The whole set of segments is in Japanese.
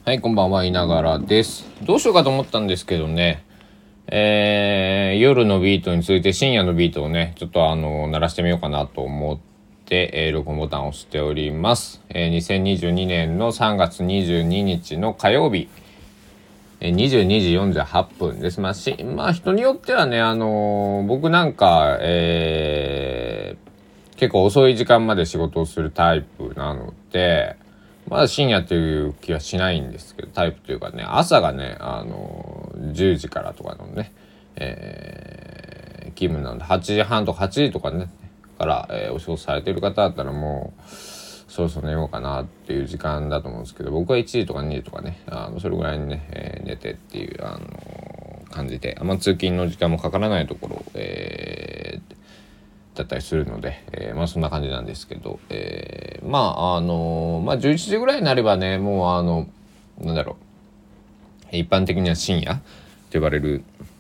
はい、こんばんは、いながらです。どうしようかと思ったんですけどね、夜のビートについて深夜のビートをね、ちょっと鳴らしてみようかなと思って、録音ボタンを押しております。2022年の3月22日の火曜日、22時48分です。まあ人によってはね、僕なんか、結構遅い時間まで仕事をするタイプなので、まだ深夜という気はしないんですけど、タイプというかね、朝がね、10時からとかのね、勤務なので、8時半とか8時とかね、から、お仕事されてる方だったらもう、そろそろ寝ようかなっていう時間だと思うんですけど、僕は1時とか2時とかね、それぐらいにね、寝てっていう、感じで、あんま通勤の時間もかからないところ、だったりするので、そんな感じなんですけど、11時ぐらいになればね、もうなんだろう、一般的には深夜と呼ばれる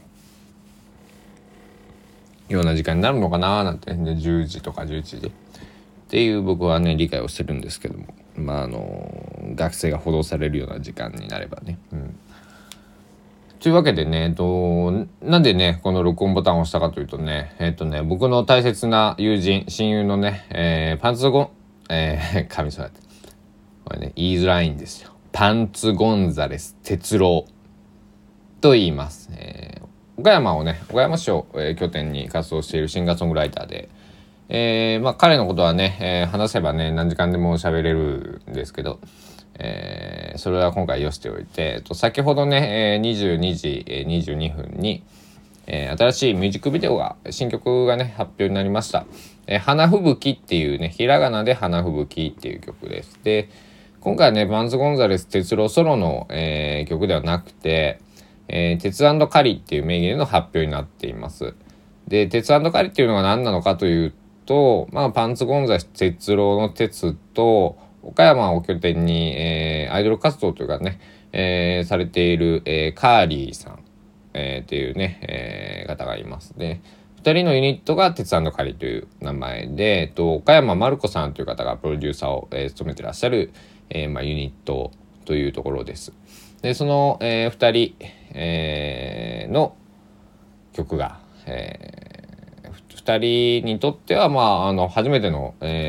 ような時間になるのかななんて、ね、10時とか11時っていう僕はね理解をしてるんですけども、学生が補導されるような時間になればね、というわけでね、なんでねこの録音ボタンを押したかというとね、僕の大切な友人親友のね、パンツゴン噛みそうだってこれね言いづらいんですよ。パンツゴンザレス哲郎と言います。岡山市を、拠点に活動しているシンガーソングライターで、彼のことはね、話せばね何時間でも喋れるんですけど、それは今回よしておいて、先ほどね、22時22分に、新しいミュージックビデオが新曲がね発表になりました。花吹雪っていうね、ひらがなで花吹雪っていう曲です。で今回はねパンツゴンザレス哲郎ソロの、曲ではなくて、鉄&カリっていう名義での発表になっています。で鉄&カリっていうのが何なのかというと、パンツゴンザレス哲郎の鉄と岡山を拠点に、アイドル活動というかね、されている、カーリーさん、っていうね、方がいます。で2人のユニットが鉄&カリという名前で、岡山まる子さんという方がプロデューサーを、務めてらっしゃる、ユニットというところです。でその、2人、の曲が、2人にとっては初めての、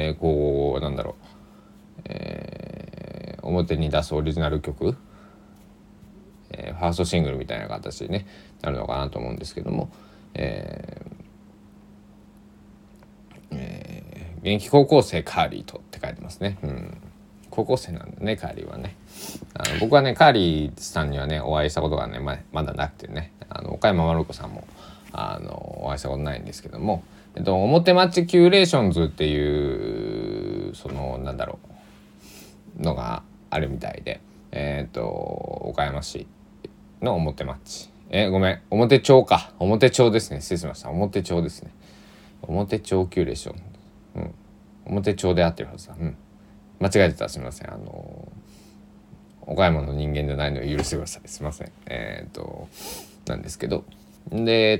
表に出すオリジナル曲、ファーストシングルみたいな形でねなるのかなと思うんですけども、現役高校生カーリーとって書いてますね。高校生なんだねカーリーはね。僕はねカーリーさんにはねお会いしたことがね まだなくてね、岡山まる子さんもお会いしたことないんですけども、表町キューレーションズっていうのがあるみたいで、岡山市の表町、表町か、表町ですね、失礼しました、表町ですね、表町キューレーション、表町で合ってるはずだ、間違えてたらすみません。岡山の人間じゃないのを許してください、すいません。なんですけど、でミ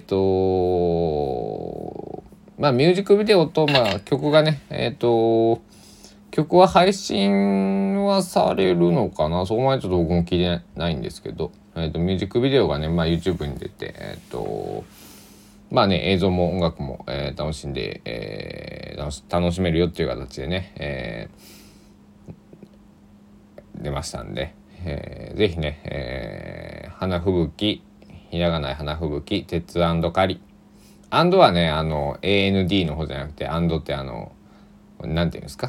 ュージックビデオと曲がね曲は配信はされるのかな、そこまでちょっと僕も聞いてないんですけど、ミュージックビデオがね、YouTube に出て映像も音楽も、楽しんで、楽しめるよっていう形でね、出ましたんで、ぜひね、花吹雪、ひらがない花吹雪、鉄&カリ。はね、AND の方じゃなくて、ってなんていうんですか、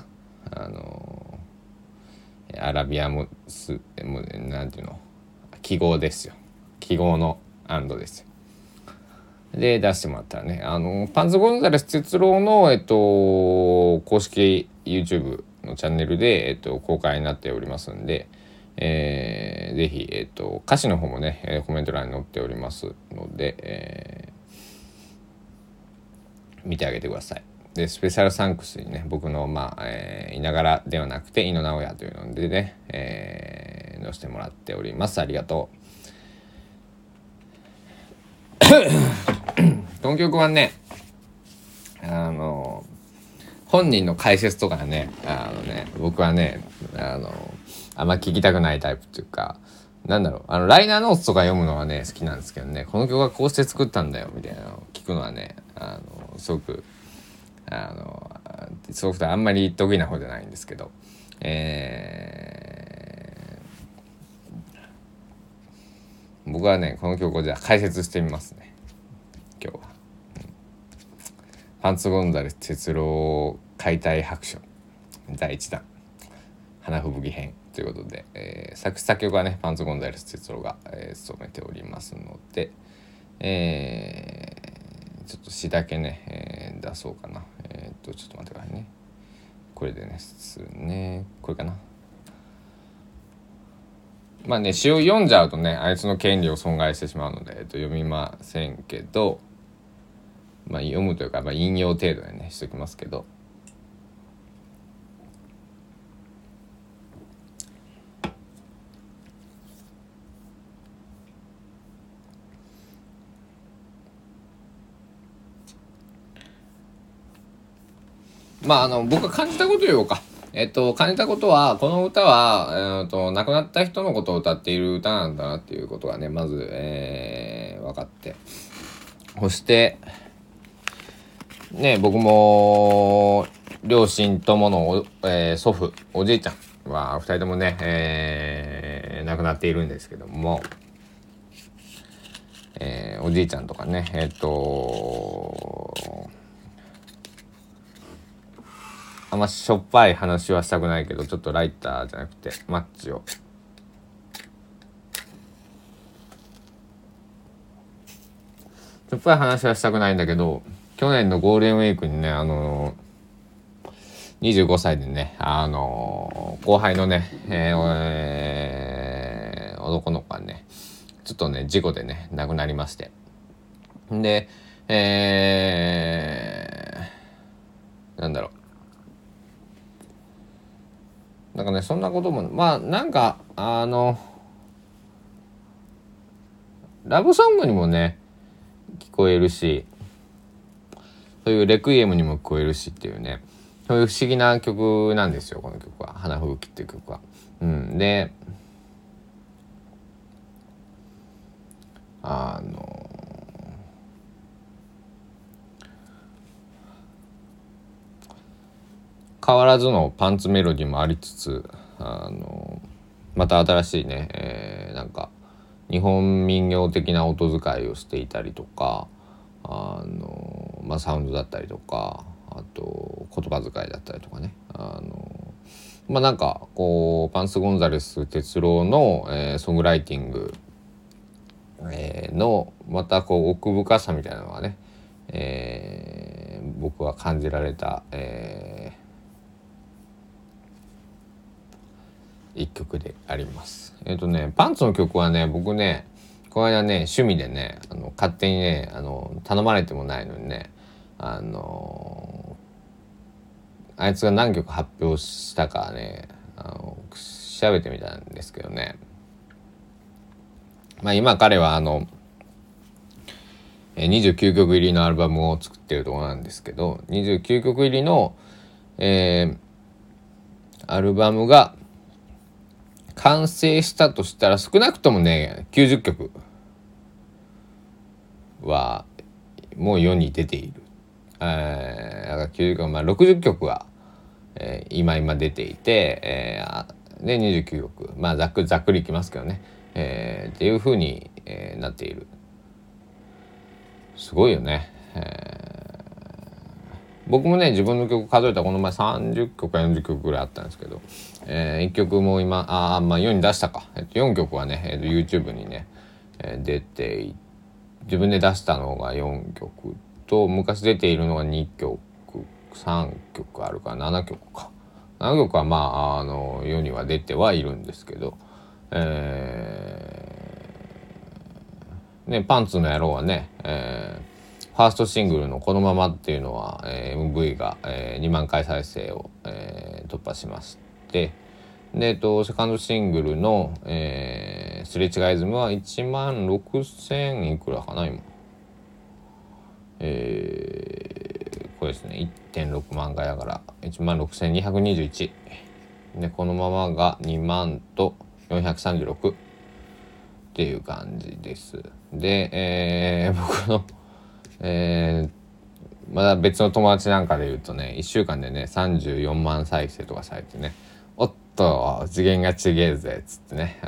アラビアなんていうの、記号ですよ。記号のですよ。で出してもらったらね、パンツゴンザレス哲郎の公式 YouTube のチャンネルで公開になっておりますんで、ぜひ歌詞の方もねコメント欄に載っておりますので、見てあげてください。でスペシャルサンクスにね僕のいながらではなくて井野直哉というのでね、載せてもらっております。ありがとう。この曲はね本人の解説とかね僕はねあんま聞きたくないタイプっていうか、なんだろう、ライナーノーツとか読むのはね好きなんですけどね、この曲はこうして作ったんだよみたいなのを聞くのはね、すごくすごくあんまり得意な方じゃないんですけど、僕はねこの曲をじゃあ解説してみますね今日は。パンツゴンザレス哲郎解体白書第1弾花吹雪編ということで、作曲はねパンツゴンザレス哲郎が、務めておりますので、ちょっと詩だけね、出そうかな。ちょっと待ってくださいね。これでね、これかな。まあね、詩を読んじゃうとね、あいつの権利を損害してしまうので、読みませんけど、まあ読むというか、まあ、引用程度でねしときますけど。まあ僕が感じたこと言おうか。感じたことは、この歌は、亡くなった人のことを歌っている歌なんだなっていうことがね、まず、分かって。そして、ね、僕も、両親ともの祖父、おじいちゃんは、二人ともね、亡くなっているんですけども、おじいちゃんとかね、あんましょっぱい話はしたくないけど、ちょっとライターじゃなくてマッチをしょっぱい話はしたくないんだけど、去年のゴールデンウィークにね25歳でね後輩のね、男の子がねちょっとね事故でね亡くなりまして、でなんだろう、なんかねそんなこともまあなんかラブソングにもね聞こえるし、そういうレクイエムにも聞こえるしっていうね、そういう不思議な曲なんですよこの曲は、花吹雪っていう曲は。で変わらずのパンツメロディーもありつつ、また新しいね、なんか日本民謡的な音使いをしていたりとか、まあ、サウンドだったりとか、あと言葉遣いだったりとかね、まあなんかこうパンツ・ゴンザレス哲郎の、ソングライティング、のまたこう奥深さみたいなのがね、僕は感じられた、一曲であります。パンツの曲はね僕ねこの間ね趣味でね勝手にね頼まれてもないのにねあいつが何曲発表したかね調べてみたんですけどね、まあ今彼は29曲入りのアルバムを作ってるところなんですけど、29曲入りの、アルバムが完成したとしたら少なくともね90曲はもう世に出ている。だから90曲、まあ60曲は、今出ていて、で29曲、まあざっくりいきますけどね、っていう風に、なっている。すごいよね。僕もね自分の曲数えたらこの前30曲か40曲ぐらいあったんですけど、1曲も今まあ世に出したか、4曲はね、YouTube にね、出て自分で出したのが4曲と昔出ているのが2曲3曲あるから7曲か。7曲はまあ世には出てはいるんですけど、ね、パンツの野郎はね、ファーストシングルのこのままっていうのは、MV が、2万回再生を、突破しまして、で、セカンドシングルの、すれ違いズムは1万6000いくらかな今。これですね 1.6 万回だから1万6221 でこのままが2万と436っていう感じです。で、僕の、まだ別の友達なんかで言うとね、1週間でね34万再生とかされてね、おっと次元がちげえぜっつってね、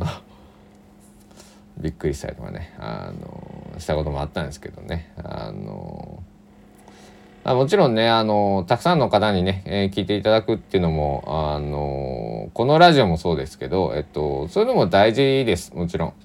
びっくりしたりとかね、したこともあったんですけどね、もちろんね、たくさんの方にね、聞いていただくっていうのも、このラジオもそうですけど、そういうのも大事です。もちろん。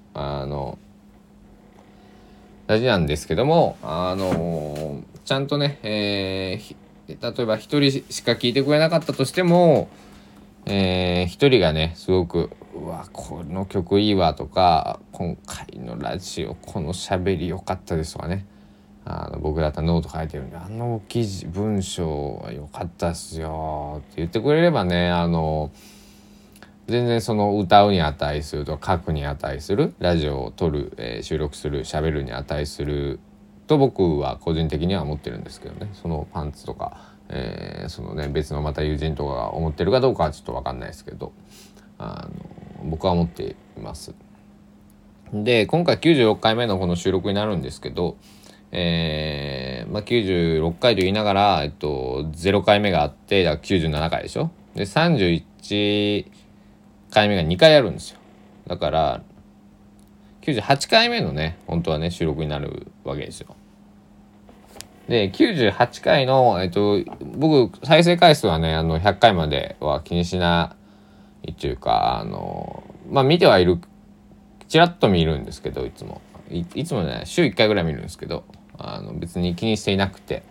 大事なんですけども、ちゃんとね、例えば一人しか聞いてくれなかったとしても、一人がね、すごく、うわ、この曲いいわとか、今回のラジオ、この喋り良かったですとかね、僕だったらノート書いてるんで、記事文章は良かったっすよって言ってくれればね、全然その歌うに値するとか書くに値するラジオを撮る、収録する喋るに値すると僕は個人的には思ってるんですけどね、そのパンツとか、そのね別のまた友人とかが思ってるかどうかはちょっと分かんないですけど、僕は思っています。で今回96回目のこの収録になるんですけど、96回と言いながら、0回目があってだから97回でしょ。で31回目が2回あるんですよ。だから98回目のね本当はね収録になるわけですよ。で98回の、僕再生回数はね100回までは気にしないっていうか、見てはいる、ちらっと見るんですけど、いつもね週1回ぐらい見るんですけど、別に気にしていなくて、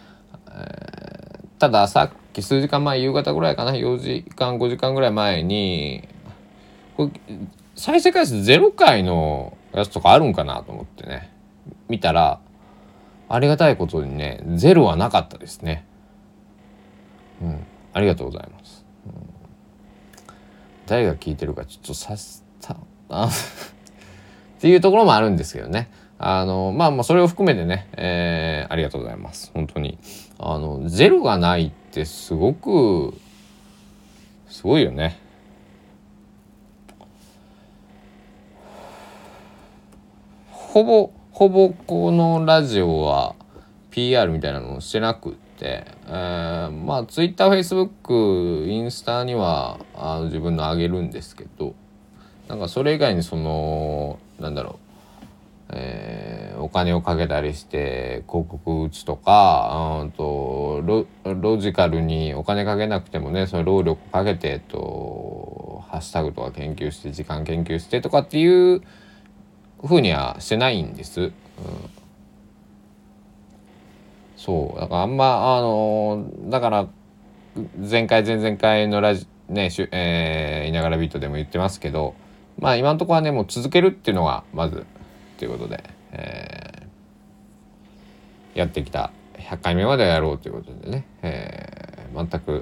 たださっき数時間前、夕方ぐらいかな、4時間5時間ぐらい前にこれ再生回数0回のやつとかあるんかなと思ってね見たら、ありがたいことにねゼロはなかったですね。ありがとうございます。誰が聞いてるかちょっとっていうところもあるんですけどね。それを含めてね、ありがとうございます。本当にゼロがないってすごいよね。ほぼこのラジオは PR みたいなのをしてなくって、Twitter、Facebook、インスタには自分の上げるんですけど、なんかそれ以外にお金をかけたりして広告打つとか、ロジカルにお金かけなくてもね、その労力かけてハッシュタグとか研究して時間研究してとかっていう風にはしてないんです。そうだからだから前々回のラジねいながらビートでも言ってますけど、今のところはねもう続けるっていうのがまずということで、やってきた100回目までやろうということでね、全く、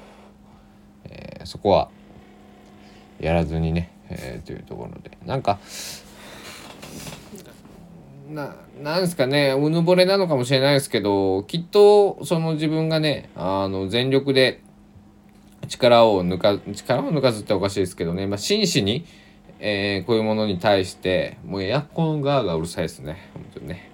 そこはやらずにね、というところでなんですかね、うぬぼれなのかもしれないですけど、きっとその自分がね全力で力を抜かずっておかしいですけどね、真摯に、こういうものに対してもうエアコンガーうるさいですね本当にね、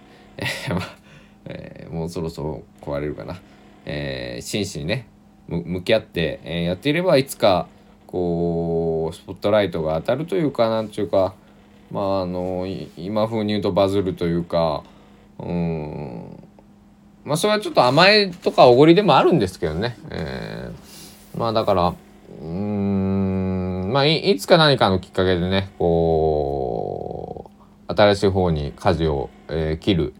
もうそろそろ壊れるかな、真摯にね向き合って、やっていればいつかこうスポットライトが当たるというか、なんていうか、今風に言うとバズるというか、それはちょっと甘えとかおごりでもあるんですけどね、だからいつか何かのきっかけでねこう新しい方に舵を、切る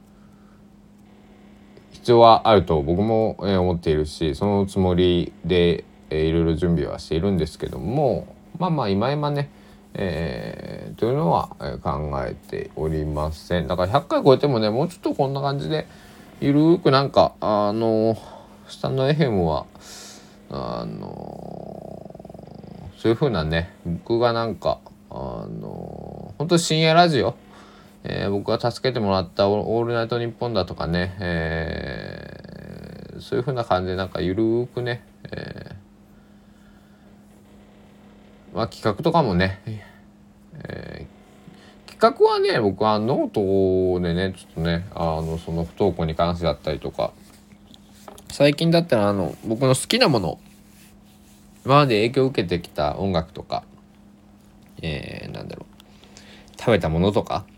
必要はあると僕も、思っているし、そのつもりで、いろいろ準備はしているんですけども、今ね、というのは、考えておりません。だから100回超えてもねもうちょっとこんな感じでゆるーくスタンド FM はそういう風なね僕が本当深夜ラジオ、僕が助けてもらったオールナイトニッポンだとかね、そういう風な感じでゆるーくね、 企画とかもね、企画はね僕はノートでねちょっとねその不登校に関してだったりとか、最近だったら僕の好きなもの、今まで影響を受けてきた音楽とか、なんだろう、食べたものとか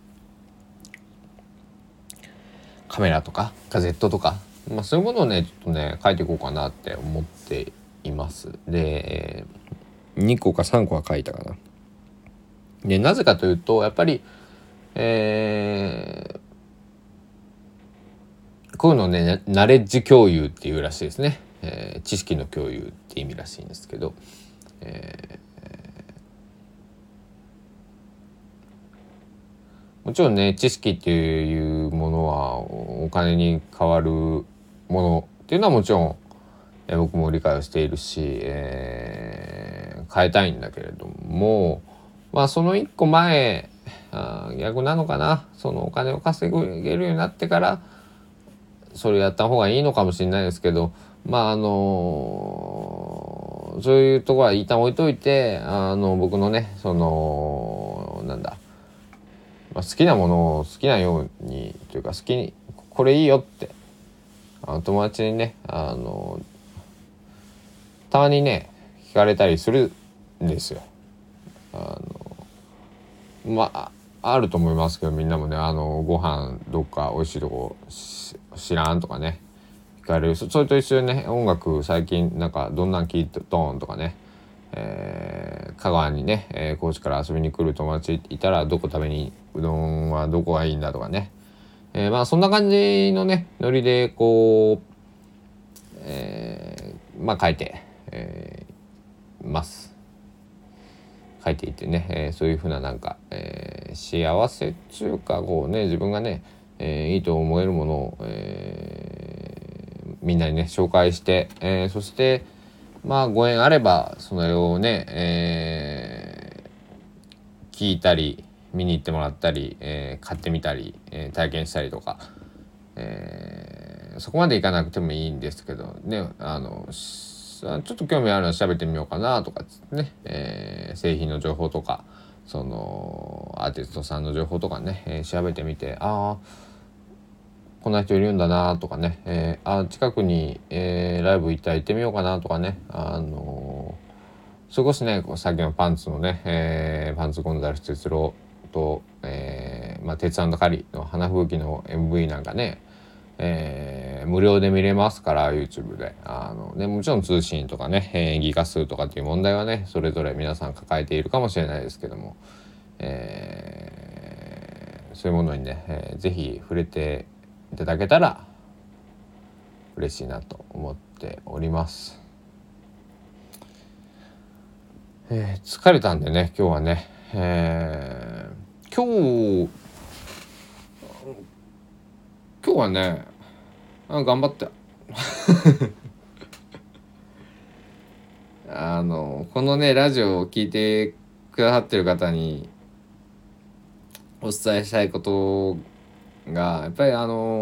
カメラとかガジェットとか、そういうものをねちょっとね書いていこうかなって思っています。で、2個か3個は書いたかな。でなぜかというとやっぱり、こういうのねナレッジ共有っていうらしいですね、知識の共有って意味らしいんですけど、もちろんね知識っていうものはお金に変わるものっていうのはもちろん、僕も理解をしているし、変えたいんだけれども、その一個前、逆なのかな、そのお金を稼げるようになってからそれやった方がいいのかもしれないですけど、そういうところは一旦置いといて、僕のねその好きなものを好きなようにというか、好きにこれいいよって友達にねたまにね聞かれたりするんですよ。あると思いますけど、みんなもねご飯どっか美味しいとこ知らんとかね聞かれる。それと一緒にね、音楽最近なんかどんなん聴いてとんとかね、香川にね、高知から遊びに来る友達いたらどこ食べにうどんはどこがいいんだとかね、そんな感じのねノリでこう、書いて、ます書いていてね、そういうふうな幸せっていうかこうね、自分がね、いいと思えるものを、みんなにね紹介して、そしてご縁あればそれをね、聞いたり見に行ってもらったり、買ってみたり、体験したりとか、そこまでいかなくてもいいんですけどね、ちょっと興味あるの調べてみようかなとかね、製品の情報とかそのアーティストさんの情報とかね、調べてみて、こんな人いるんだなとかね、近くに、ライブ行ったら行ってみようかなとかね、少しねさっきのパンツのね、パンツゴンザレス哲郎と、鉄&カリの花吹雪の MV なんかね、無料で見れますから YouTube でもちろん通信とかね、ギガ数とかっていう問題はねそれぞれ皆さん抱えているかもしれないですけども、そういうものにね、ぜひ触れていただけたら嬉しいなと思っております。疲れたんでね今日はね、今日はね頑張ったこのねラジオを聞いてくださってる方にお伝えしたいことがやっぱり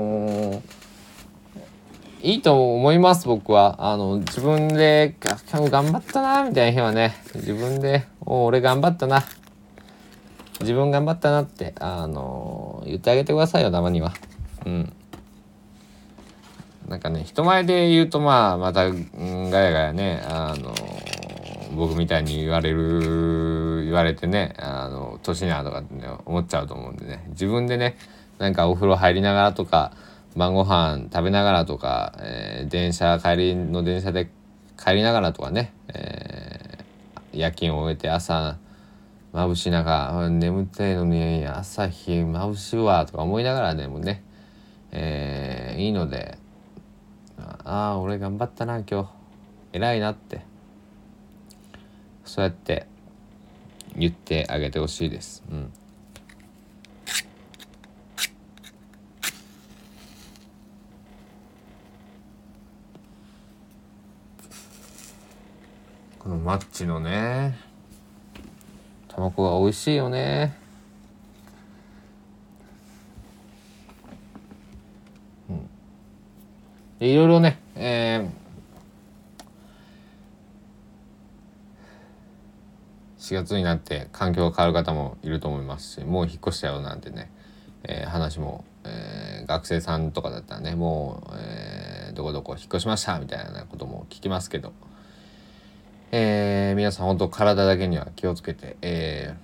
いいと思います。僕は自分で今日頑張ったなみたいな日はね、自分で俺頑張ったな、自分頑張ったなって言ってあげてくださいよ、たまには。なんかね人前で言うとまたガヤガヤね僕みたいに言われてね年なとかって、ね、思っちゃうと思うんでね、自分でねお風呂入りながらとか晩ご飯食べながらとか、帰りの電車で帰りながらとかね、夜勤を終えて朝眩しい中眠たいのに朝日眩しいわとか思いながらでもね、いいので、俺頑張ったな今日偉いなってそうやって言ってあげてほしいです。このマッチのねタバコが美味しいよね。でいろいろね、仕 4月になって環境が変わる方もいると思いますし、もう引っ越したよなんてね、話も、学生さんとかだったらね、もう、どこどこ引っ越しましたみたいなことも聞きますけど、皆さん本当体だけには気をつけて、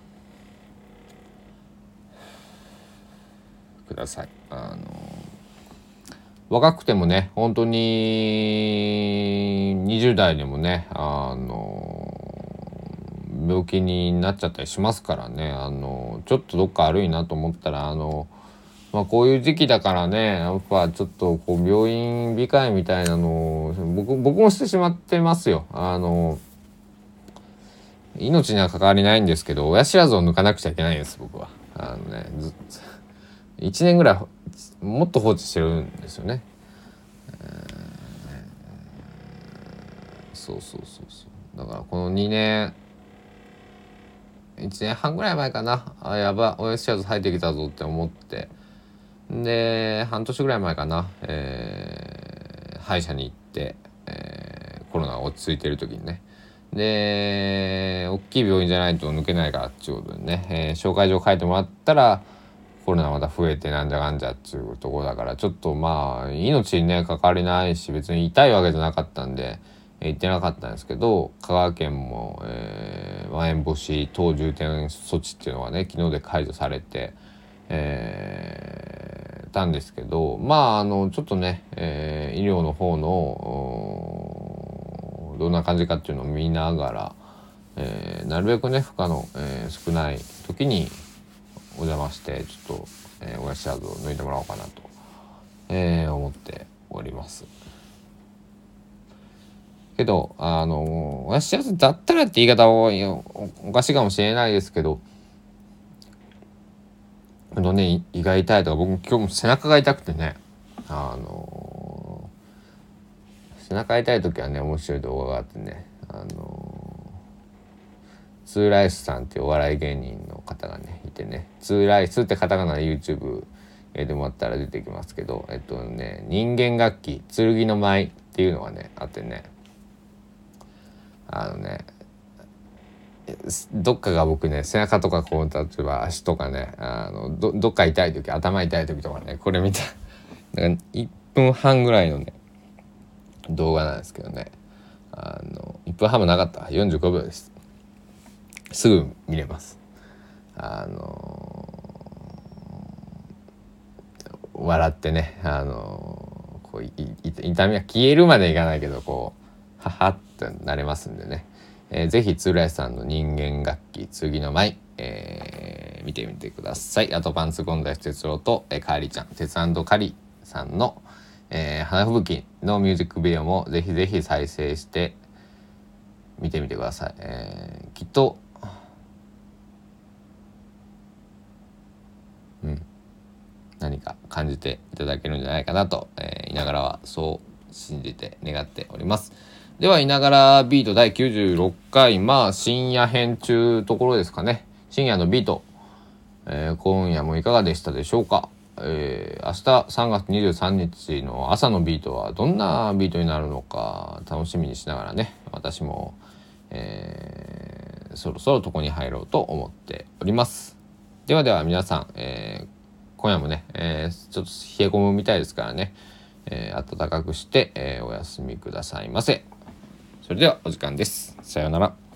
ください。若くてもね、本当に20代でもね、病気になっちゃったりしますからね、ちょっとどっか悪いなと思ったら、こういう時期だからね、やっぱちょっとこう病院控えみたいなのを僕もしてしまってますよ。命には関わりないんですけど、親知らずを抜かなくちゃいけないんです、僕は。1年ぐらいもっと放置してるんですよね。そうだからこの1年半ぐらい前かな、やば親知らず生えてきたぞって思って、で半年ぐらい前かな、歯医者に行って、コロナが落ち着いてる時にね、で大きい病院じゃないと抜けないからっていうことでね、紹介状書いてもらったらコロナまた増えてなんじゃかんじゃっていうところだから、ちょっと命にね関わりないし、別に痛いわけじゃなかったんで行ってなかったんですけど、香川県も、まん延防止等重点措置っていうのがね昨日で解除されて、たんですけど、ちょっとね、医療の方のどんな感じかっていうのを見ながら、なるべくね負荷の、少ない時にお邪魔してちょっと、親知らずを抜いてもらおうかなと、思っております。けど親知らずだったらって言い方をおかしいかもしれないですけど、胃が痛いとか、僕今日も背中が痛くてね、背中痛い時はね面白い動画があってね、ツーライスさんっていうお笑い芸人の方がねいてね、ツーライスってカタカナで YouTube でもあったら出てきますけど、人間楽器剣の舞っていうのがねあってね、どっかが僕ね背中とかこう例えば足とかねどっか痛い時、頭痛い時とかね、これ見たなんか1分半ぐらいのね動画なんですけどね、1分半もなかった45秒です。すぐ見れます。笑ってねこう痛みが消えるまでいかないけど、こうははってなれますんでね、ぜひ鶴屋さんの人間楽器剣の舞、見てみてください。あとパンツゴンダイス哲郎と、カーリちゃん鉄&カリさんの、花吹雪のミュージックビデオもぜひぜひ再生して見てみてください。きっと何か感じていただけるんじゃないかなと、いながらはそう信じて願っております。では、いながらビート第96回、深夜編中ところですかね。深夜のビート、今夜もいかがでしたでしょうか。明日3月23日の朝のビートはどんなビートになるのか楽しみにしながらね、私も、そろそろ床に入ろうと思っております。では皆さん、今夜もね、ちょっと冷え込むみたいですからね、暖かくして、お休みくださいませ。それではお時間です。さようなら。